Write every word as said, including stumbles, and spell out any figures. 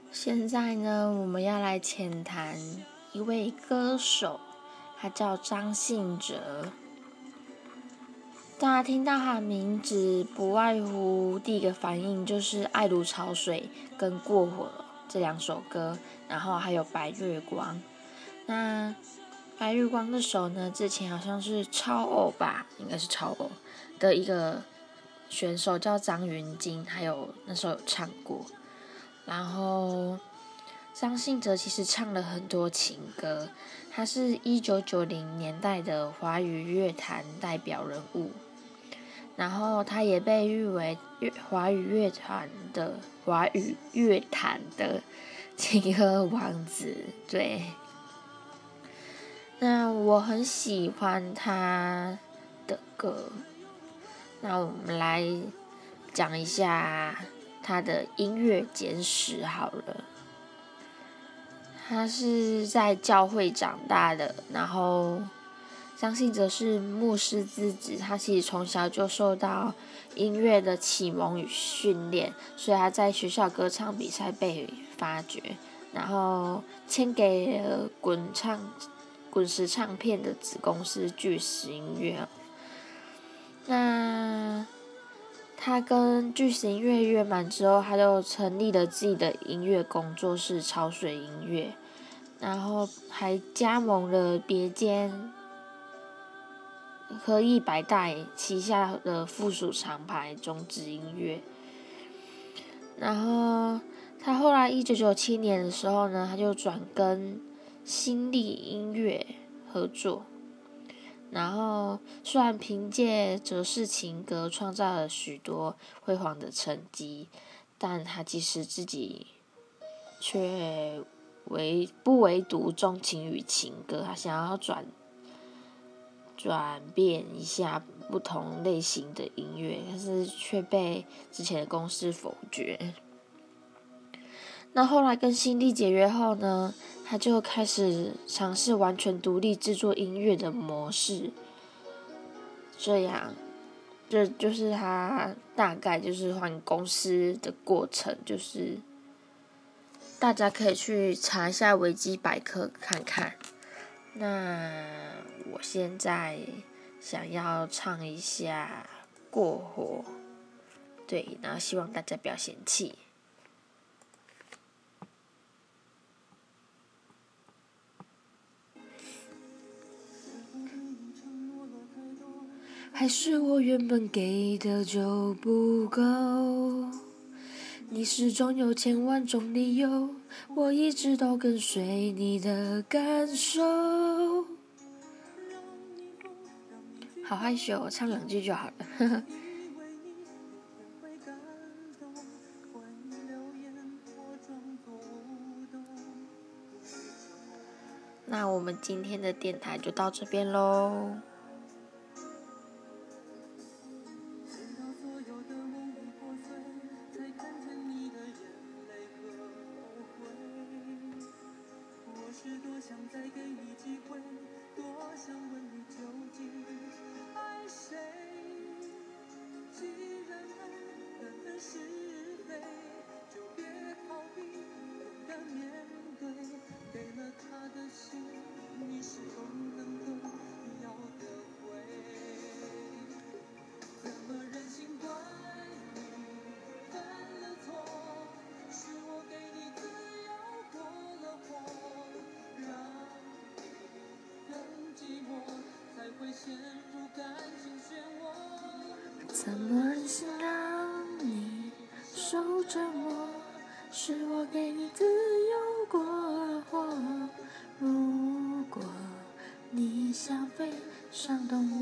现在呢，我们要来浅谈一位歌手，他叫张信哲。大家听到他的名字，不外乎第一个反应就是《爱如潮水》跟《过火》这两首歌，然后还有《白月光》。那《白月光》那首呢，之前好像是超偶吧，应该是超偶的一个选手叫张芸京，还有那时候有唱过。然后张信哲其实唱了很多情歌，他是一九九零年代的华语乐坛代表人物，然后他也被誉为华语乐团的华语乐坛的情歌王子。对，那我很喜欢他的歌，那我们来讲一下他的音乐简史好了。他是在教会长大的，然后张信哲是牧师之子，他其实从小就受到音乐的启蒙与训练，所以他在学校歌唱比赛被发掘，然后签给了滚唱滚石唱片的子公司巨石音乐。那他跟巨石音乐约满之后，他就成立了自己的音乐工作室潮水音乐，然后还加盟了别间和一百代旗下的附属厂牌中职音乐。然后他后来一九九七年的时候呢，他就转跟新力音乐合作。然后虽然凭借折式情歌创造了许多辉煌的成绩，但他其实自己却唯不唯独钟情于情歌，他想要转转变一下不同类型的音乐，但是却被之前的公司否决。那后来跟新力解约后呢，他就开始尝试完全独立制作音乐的模式。这样，这就是他大概就是换公司的过程，就是大家可以去查一下维基百科看看。那我现在想要唱一下《过火》，对，然后希望大家不要嫌弃。还是我原本给的就不够，你始终有千万种理由，我一直都跟随你的感受。好害羞，我唱两句就好了。呵呵。那我们今天的电台就到这边咯。想再给你机会，多想问你究竟爱谁？既然爱分是非，就别逃避，勇敢面对。给了他的心，你是否能够要得回？怎么忍心怪你犯了错？是我给你自由过了火。怎么忍心让你受折磨？是我给你自由过了火。如果你想飞，伤动